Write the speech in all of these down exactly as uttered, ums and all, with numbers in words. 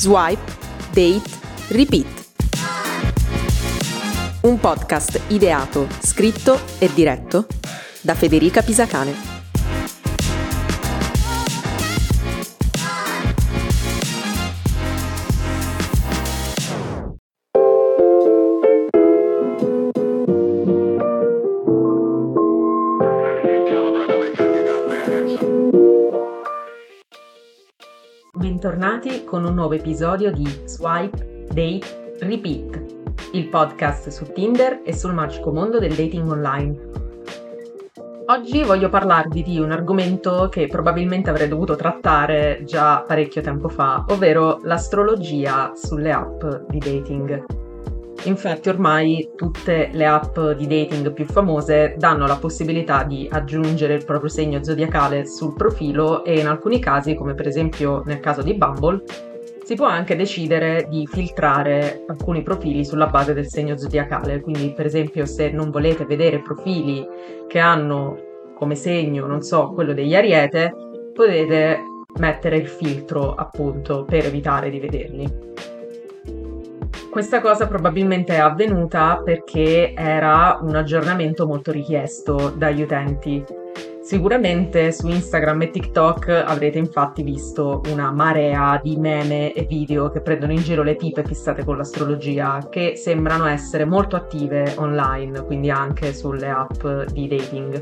Swipe, Date, Repeat. Un podcast ideato, scritto e diretto da Federica Pisacane. Bentornati con un nuovo episodio di Swipe, Date, Repeat, il podcast su Tinder e sul magico mondo del dating online. Oggi voglio parlarvi di un argomento che probabilmente avrei dovuto trattare già parecchio tempo fa, ovvero l'astrologia sulle app di dating. Infatti ormai tutte le app di dating più famose danno la possibilità di aggiungere il proprio segno zodiacale sul profilo e in alcuni casi, come per esempio nel caso di Bumble, si può anche decidere di filtrare alcuni profili sulla base del segno zodiacale. Quindi per esempio se non volete vedere profili che hanno come segno, non so, quello degli Ariete, potete mettere il filtro appunto per evitare di vederli. Questa cosa probabilmente è avvenuta perché era un aggiornamento molto richiesto dagli utenti. Sicuramente su Instagram e TikTok avrete infatti visto una marea di meme e video che prendono in giro le tipe fissate con l'astrologia, che sembrano essere molto attive online, quindi anche sulle app di dating.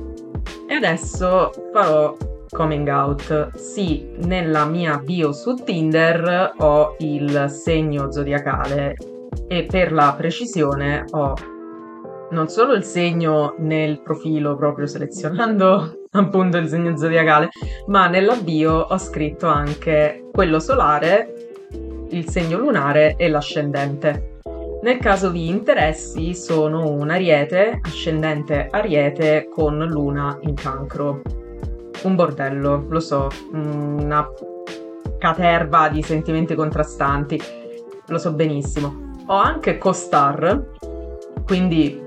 E adesso farò coming out. Sì, nella mia bio su Tinder ho il segno zodiacale e per la precisione ho non solo il segno nel profilo, proprio selezionando appunto il segno zodiacale, ma nella bio ho scritto anche quello solare, il segno lunare e l'ascendente. Nel caso vi interessi, sono un Ariete, ascendente Ariete con luna in Cancro. Un bordello, lo so, una caterva di sentimenti contrastanti, lo so benissimo. Ho anche co-star, quindi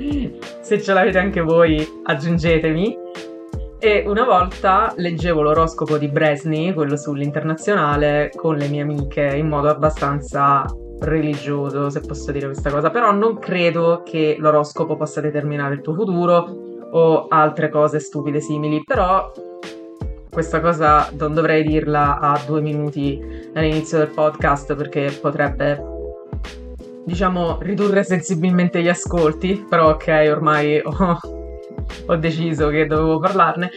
se ce l'avete anche voi aggiungetemi. E una volta leggevo l'oroscopo di Bresni, quello sull'internazionale, con le mie amiche in modo abbastanza religioso, se posso dire questa cosa, però non credo che l'oroscopo possa determinare il tuo futuro o altre cose stupide simili, però questa cosa non dovrei dirla a due minuti all'inizio del podcast perché potrebbe, diciamo, ridurre sensibilmente gli ascolti, però ok, ormai ho, ho deciso che dovevo parlarne.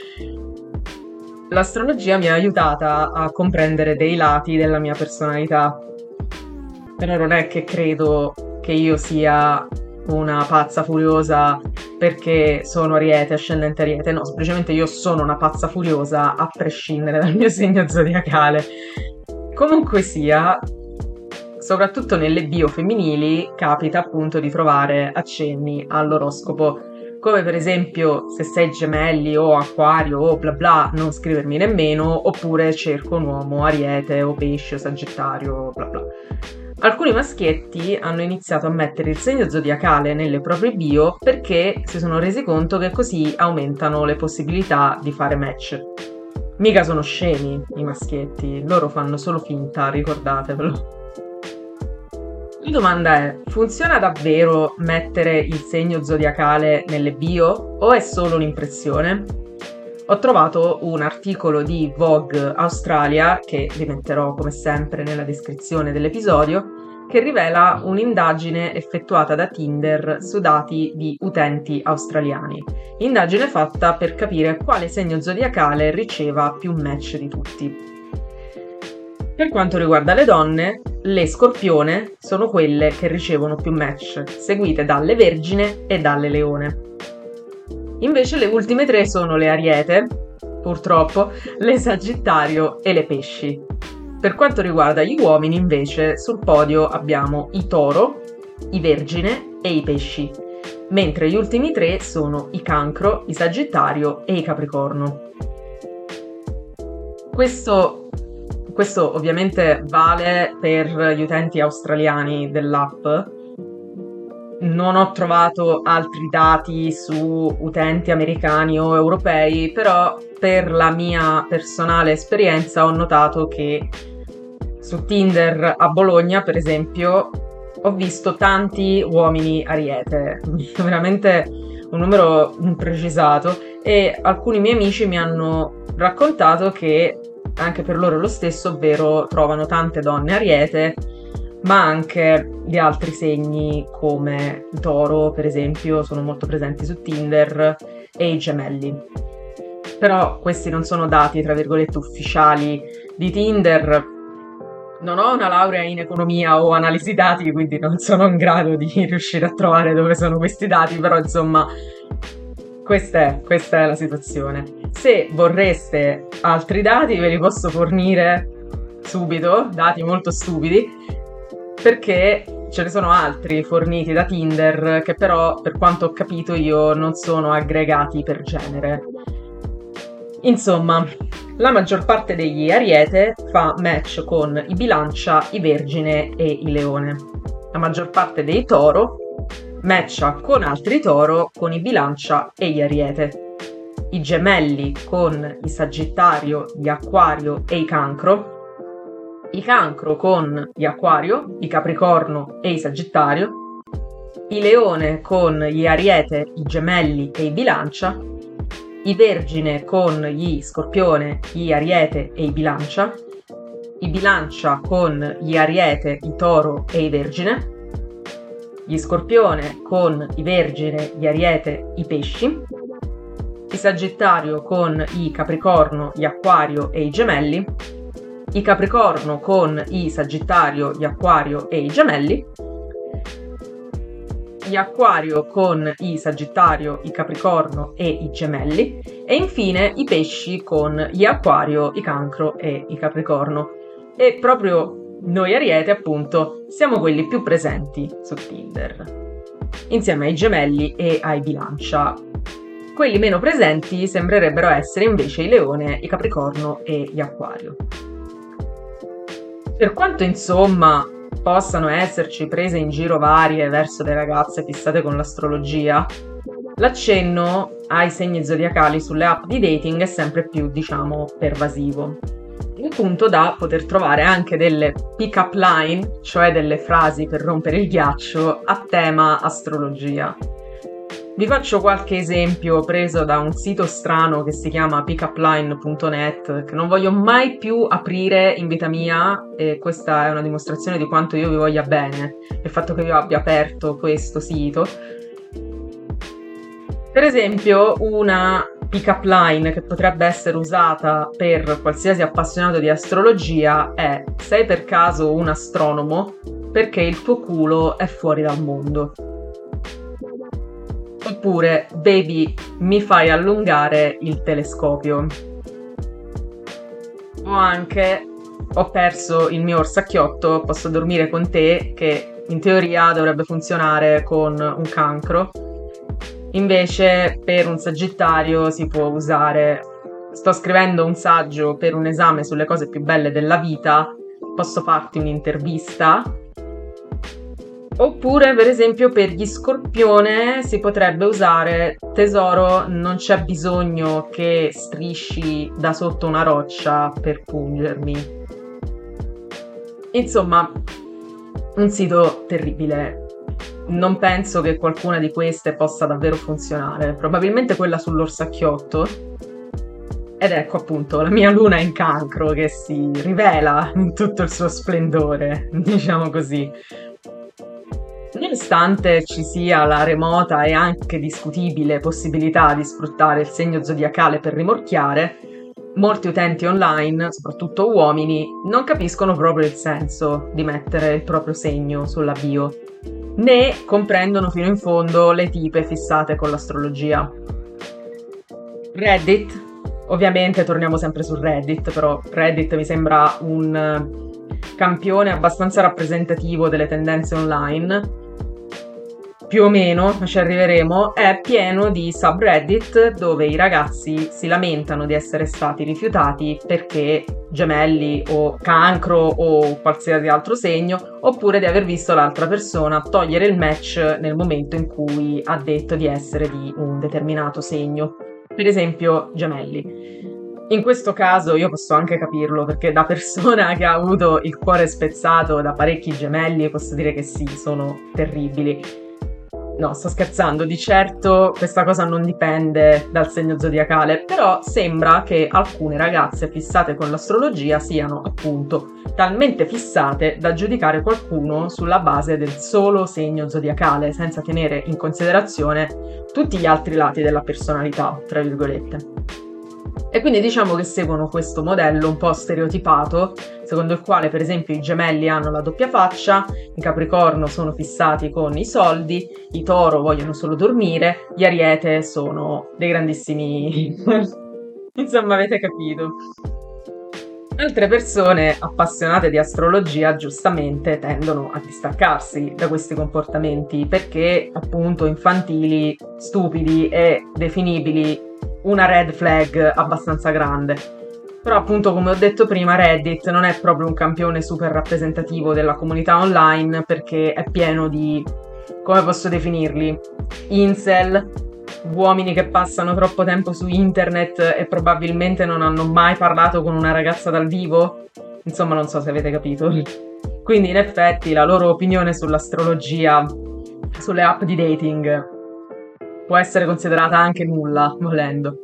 L'astrologia mi ha aiutata a comprendere dei lati della mia personalità, però non è che credo che io sia una pazza furiosa perché sono Ariete, ascendente Ariete, no, semplicemente io sono una pazza furiosa a prescindere dal mio segno zodiacale. Comunque sia, soprattutto nelle bio femminili capita appunto di trovare accenni all'oroscopo, come per esempio se sei Gemelli o Acquario o bla bla non scrivermi nemmeno, oppure cerco un uomo Ariete o Pesce o Sagittario bla bla. Alcuni maschietti hanno iniziato a mettere il segno zodiacale nelle proprie bio perché si sono resi conto che così aumentano le possibilità di fare match. Mica sono scemi i maschietti, loro fanno solo finta, ricordatevelo. La domanda è: funziona davvero mettere il segno zodiacale nelle bio o è solo un'impressione? Ho trovato un articolo di Vogue Australia, che vi metterò come sempre nella descrizione dell'episodio, che rivela un'indagine effettuata da Tinder su dati di utenti australiani. Indagine fatta per capire quale segno zodiacale riceva più match di tutti. Per quanto riguarda le donne, le Scorpione sono quelle che ricevono più match, seguite dalle Vergine e dalle Leone. Invece le ultime tre sono le Ariete, purtroppo, le Sagittario e le Pesci. Per quanto riguarda gli uomini, invece, sul podio abbiamo i Toro, i Vergine e i Pesci, mentre gli ultimi tre sono i Cancro, i Sagittario e i Capricorno. Questo Questo ovviamente vale per gli utenti australiani dell'app. Non ho trovato altri dati su utenti americani o europei, però per la mia personale esperienza ho notato che Su Tinder a Bologna, per esempio, ho visto tanti uomini Ariete, veramente un numero imprecisato, e alcuni miei amici mi hanno raccontato che anche per loro è lo stesso, ovvero trovano tante donne Ariete, ma anche gli altri segni come il Toro, per esempio, sono molto presenti su Tinder, e i Gemelli. Però questi non sono dati, tra virgolette, ufficiali di Tinder. Non ho una laurea in economia o analisi dati, quindi non sono in grado di riuscire a trovare dove sono questi dati, però insomma questa è, questa è la situazione. Se vorreste altri dati ve li posso fornire subito, dati molto stupidi, perché ce ne sono altri forniti da Tinder che però, per quanto ho capito io, non sono aggregati per genere. Insomma, la maggior parte degli Ariete fa match con i Bilancia, i Vergine e i Leone. La maggior parte dei Toro matcha con altri Toro, con i Bilancia e gli Ariete. I Gemelli con i Sagittario, gli Acquario e i Cancro. I Cancro con gli Acquario, i Capricorno e i Sagittario. I Leone con gli Ariete, i Gemelli e i Bilancia. I Vergine con gli Scorpione, gli Ariete e i Bilancia. I Bilancia con gli Ariete, i Toro e i Vergine. Gli Scorpione con i Vergine, gli Ariete, i Pesci. I Sagittario con i Capricorno, gli Acquario e i Gemelli. I Capricorno con i Sagittario, gli Acquario e i Gemelli. Gli Acquario con i Sagittario, i Capricorno e i Gemelli. E infine i Pesci con gli Acquario, i Cancro e i Capricorno. E proprio noi Ariete, appunto, siamo quelli più presenti su Tinder, insieme ai Gemelli e ai Bilancia. Quelli meno presenti sembrerebbero essere invece i Leone, i Capricorno e gli Acquario. Per quanto, insomma, possano esserci prese in giro varie verso le ragazze fissate con l'astrologia, l'accenno ai segni zodiacali sulle app di dating è sempre più, diciamo, pervasivo. Il punto da poter trovare anche delle pick-up line, cioè delle frasi per rompere il ghiaccio a tema astrologia. Vi faccio qualche esempio preso da un sito strano che si chiama pickupline punto net, che non voglio mai più aprire in vita mia, e questa è una dimostrazione di quanto io vi voglia bene, il fatto che io abbia aperto questo sito. Per esempio, una pick-up line che potrebbe essere usata per qualsiasi appassionato di astrologia è: sei per caso un astronomo? Perché il tuo culo è fuori dal mondo. Oppure, baby, mi fai allungare il telescopio. O anche, ho perso il mio orsacchiotto, posso dormire con te, che in teoria dovrebbe funzionare con un Cancro. Invece per un Sagittario si può usare: sto scrivendo un saggio per un esame sulle cose più belle della vita, posso farti un'intervista. Oppure, per esempio, per gli Scorpione si potrebbe usare: tesoro, non c'è bisogno che strisci da sotto una roccia per pungermi. Insomma, un sito terribile. Non penso che qualcuna di queste possa davvero funzionare. Probabilmente quella sull'orsacchiotto. Ed ecco appunto la mia luna in Cancro che si rivela in tutto il suo splendore, diciamo così. Nonostante ci sia la remota e anche discutibile possibilità di sfruttare il segno zodiacale per rimorchiare, molti utenti online, soprattutto uomini, non capiscono proprio il senso di mettere il proprio segno sulla bio, né comprendono fino in fondo le tipe fissate con l'astrologia. Reddit, ovviamente torniamo sempre su Reddit, però Reddit mi sembra un campione abbastanza rappresentativo delle tendenze online, più o meno, ma ci arriveremo. È pieno di subreddit dove i ragazzi si lamentano di essere stati rifiutati perché Gemelli o Cancro o qualsiasi altro segno, oppure di aver visto l'altra persona togliere il match nel momento in cui ha detto di essere di un determinato segno, per esempio Gemelli. In questo caso io posso anche capirlo, perché da persona che ha avuto il cuore spezzato da parecchi gemelli posso dire che sì, sono terribili. No, sto scherzando, di certo questa cosa non dipende dal segno zodiacale, però sembra che alcune ragazze fissate con l'astrologia siano appunto talmente fissate da giudicare qualcuno sulla base del solo segno zodiacale, senza tenere in considerazione tutti gli altri lati della personalità, tra virgolette. E quindi diciamo che seguono questo modello un po' stereotipato, secondo il quale per esempio i gemelli hanno la doppia faccia, i capricorno sono fissati con i soldi, i toro vogliono solo dormire, gli ariete sono dei grandissimi... Insomma, avete capito. Altre persone appassionate di astrologia giustamente tendono a distaccarsi da questi comportamenti perché appunto infantili, stupidi e definibili una red flag abbastanza grande. Però appunto, come ho detto prima, Reddit non è proprio un campione super rappresentativo della comunità online perché è pieno di, come posso definirli, incel, uomini che passano troppo tempo su internet e probabilmente non hanno mai parlato con una ragazza dal vivo. Insomma, non so se avete capito. Quindi in effetti la loro opinione sull'astrologia, sulle app di dating, può essere considerata anche nulla, volendo.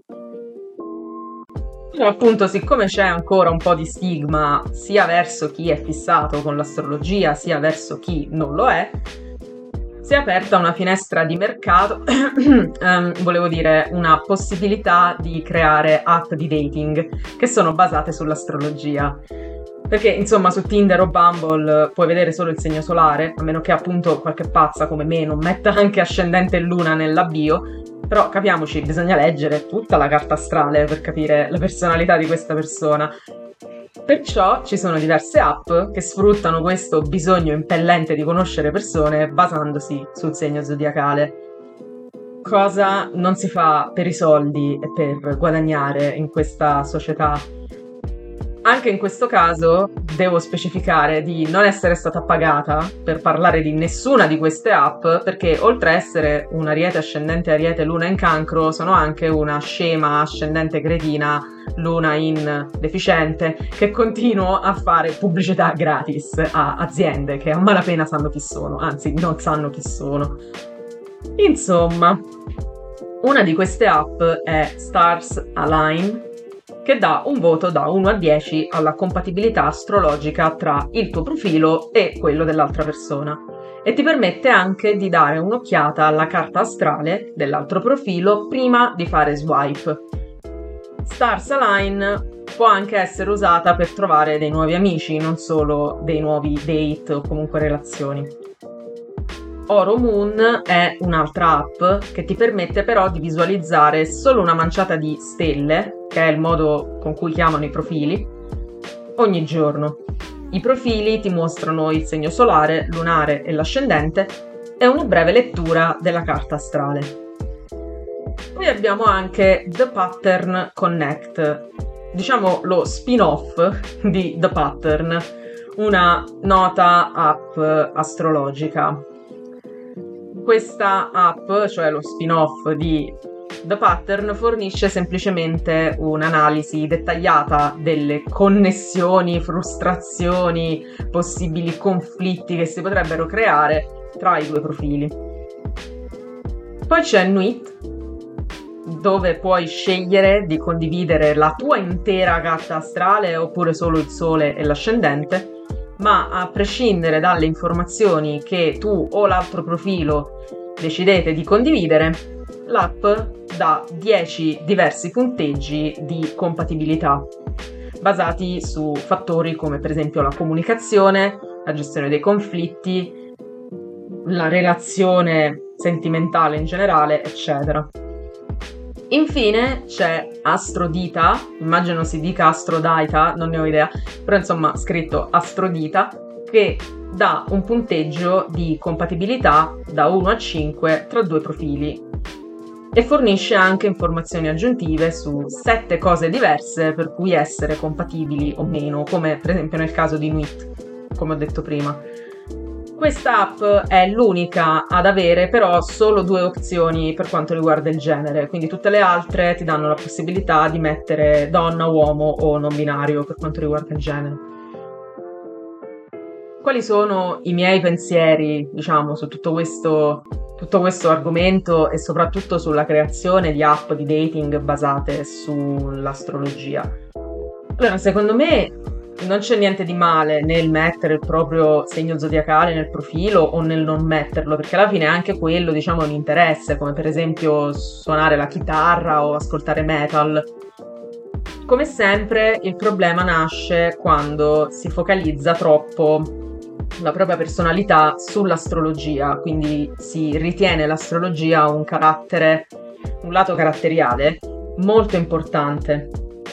Però appunto, siccome c'è ancora un po' di stigma sia verso chi è fissato con l'astrologia, sia verso chi non lo è, si è aperta una finestra di mercato, um, volevo dire una possibilità di creare app di dating che sono basate sull'astrologia. Perché insomma su Tinder o Bumble puoi vedere solo il segno solare, a meno che appunto qualche pazza come me non metta anche ascendente e luna nella bio, però capiamoci, bisogna leggere tutta la carta astrale per capire la personalità di questa persona. Perciò ci sono diverse app che sfruttano questo bisogno impellente di conoscere persone basandosi sul segno zodiacale. Cosa non si fa per i soldi e per guadagnare in questa società. Anche in questo caso devo specificare di non essere stata pagata per parlare di nessuna di queste app, perché oltre a essere un ariete ascendente ariete luna in cancro, sono anche una scema ascendente cretina luna in deficiente che continuo a fare pubblicità gratis a aziende che a malapena sanno chi sono, anzi non sanno chi sono. Insomma, una di queste app è Stars Align, che dà un voto da uno a dieci alla compatibilità astrologica tra il tuo profilo e quello dell'altra persona e ti permette anche di dare un'occhiata alla carta astrale dell'altro profilo prima di fare swipe. Stars Align può anche essere usata per trovare dei nuovi amici, non solo dei nuovi date o comunque relazioni. Oro Moon è un'altra app che ti permette però di visualizzare solo una manciata di stelle, che è il modo con cui chiamano i profili, ogni giorno. I profili ti mostrano il segno solare, lunare e l'ascendente e una breve lettura della carta astrale. Poi abbiamo anche The Pattern Connect, diciamo lo spin-off di The Pattern, una nota app astrologica. Questa app, cioè lo spin-off di The Pattern, fornisce semplicemente un'analisi dettagliata delle connessioni, frustrazioni, possibili conflitti che si potrebbero creare tra i due profili. Poi c'è Nuit, dove puoi scegliere di condividere la tua intera carta astrale oppure solo il sole e l'ascendente, ma a prescindere dalle informazioni che tu o l'altro profilo decidete di condividere, l'app dà dieci diversi punteggi di compatibilità, basati su fattori come per esempio la comunicazione, la gestione dei conflitti, la relazione sentimentale in generale, eccetera. Infine c'è Astrodita, immagino si dica Astrodita, non ne ho idea, però insomma scritto Astrodita, che dà un punteggio di compatibilità da uno a cinque tra due profili e fornisce anche informazioni aggiuntive su sette cose diverse per cui essere compatibili o meno, come per esempio nel caso di Nuit, come ho detto prima. Questa app è l'unica ad avere però solo due opzioni per quanto riguarda il genere, quindi tutte le altre ti danno la possibilità di mettere donna, uomo o non binario per quanto riguarda il genere. Quali sono i miei pensieri, diciamo, su tutto questo, tutto questo argomento e soprattutto sulla creazione di app di dating basate sull'astrologia? Allora, secondo me non c'è niente di male nel mettere il proprio segno zodiacale nel profilo o nel non metterlo, perché alla fine anche quello, diciamo, è un interesse, come per esempio suonare la chitarra o ascoltare metal. Come sempre, il problema nasce quando si focalizza troppo la propria personalità sull'astrologia, quindi si ritiene l'astrologia un carattere, un lato caratteriale molto importante.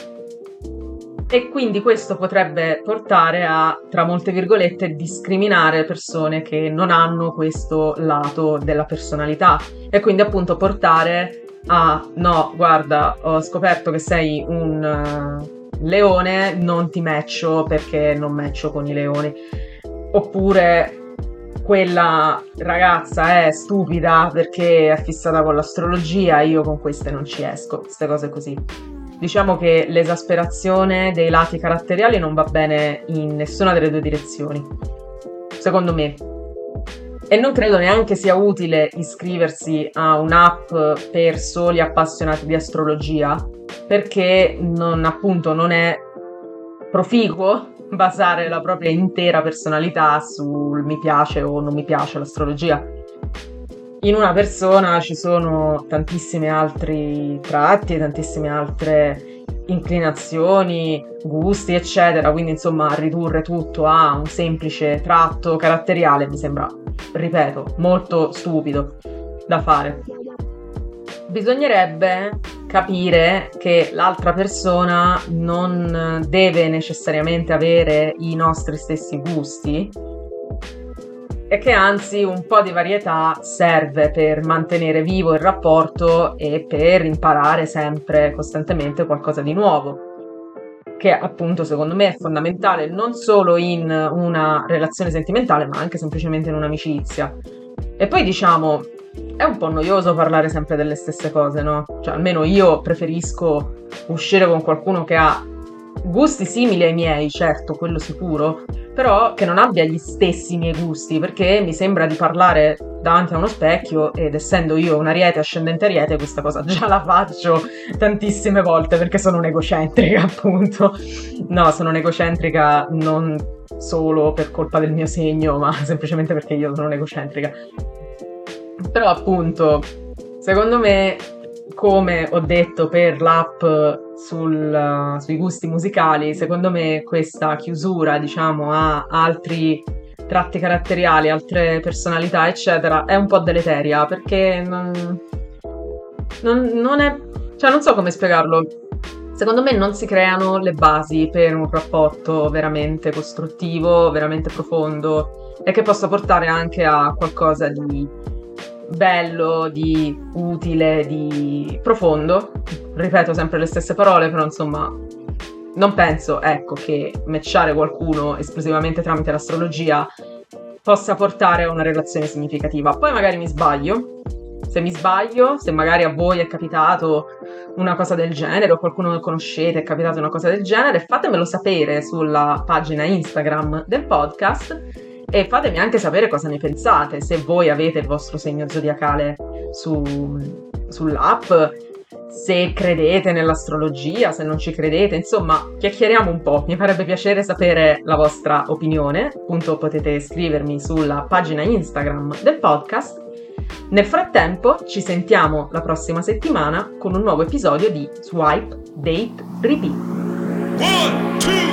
E quindi questo potrebbe portare a, tra molte virgolette, discriminare persone che non hanno questo lato della personalità e quindi appunto portare a no, guarda, ho scoperto che sei un uh, leone, non ti matcho perché non matcho con i leoni. Oppure quella ragazza è stupida perché è fissata con l'astrologia, io con queste non ci esco, queste cose così. Diciamo che l'esasperazione dei lati caratteriali non va bene in nessuna delle due direzioni, secondo me. E non credo neanche sia utile iscriversi a un'app per soli appassionati di astrologia, perché non, appunto, non è proficuo basare la propria intera personalità sul mi piace o non mi piace l'astrologia. In una persona ci sono tantissimi altri tratti, tantissime altre inclinazioni, gusti, eccetera, quindi insomma ridurre tutto a un semplice tratto caratteriale mi sembra, ripeto, molto stupido da fare. Bisognerebbe capire che l'altra persona non deve necessariamente avere i nostri stessi gusti, e che anzi un po' di varietà serve per mantenere vivo il rapporto e per imparare sempre costantemente qualcosa di nuovo, che appunto secondo me è fondamentale non solo in una relazione sentimentale ma anche semplicemente in un'amicizia. E poi diciamo è un po' noioso parlare sempre delle stesse cose, no? Cioè almeno io preferisco uscire con qualcuno che ha gusti simili ai miei, certo, quello sicuro, però che non abbia gli stessi miei gusti, perché mi sembra di parlare davanti a uno specchio ed essendo io un ariete ascendente ariete questa cosa già la faccio tantissime volte perché sono un'egocentrica, appunto. No, sono un'egocentrica non solo per colpa del mio segno, ma semplicemente perché io sono un'egocentrica. Però appunto, secondo me, come ho detto per l'app sul, sui gusti musicali, secondo me questa chiusura, diciamo, a altri tratti caratteriali, altre personalità, eccetera, è un po' deleteria, perché non, non, non è... cioè non so come spiegarlo. Secondo me non si creano le basi per un rapporto veramente costruttivo, veramente profondo e che possa portare anche a qualcosa di bello, di utile, di profondo. Ripeto sempre le stesse parole, però insomma non penso, ecco, che matchare qualcuno esclusivamente tramite l'astrologia possa portare a una relazione significativa. Poi magari mi sbaglio. Se mi sbaglio, se magari a voi è capitato una cosa del genere o qualcuno che conoscete è capitato una cosa del genere, fatemelo sapere sulla pagina Instagram del podcast e fatemi anche sapere cosa ne pensate, se voi avete il vostro segno zodiacale su, sull'app, se credete nell'astrologia, se non ci credete, insomma chiacchieriamo un po', mi farebbe piacere sapere la vostra opinione, appunto potete scrivermi sulla pagina Instagram del podcast. Nel frattempo ci sentiamo la prossima settimana con un nuovo episodio di Swipe, Date, Repeat. One, two.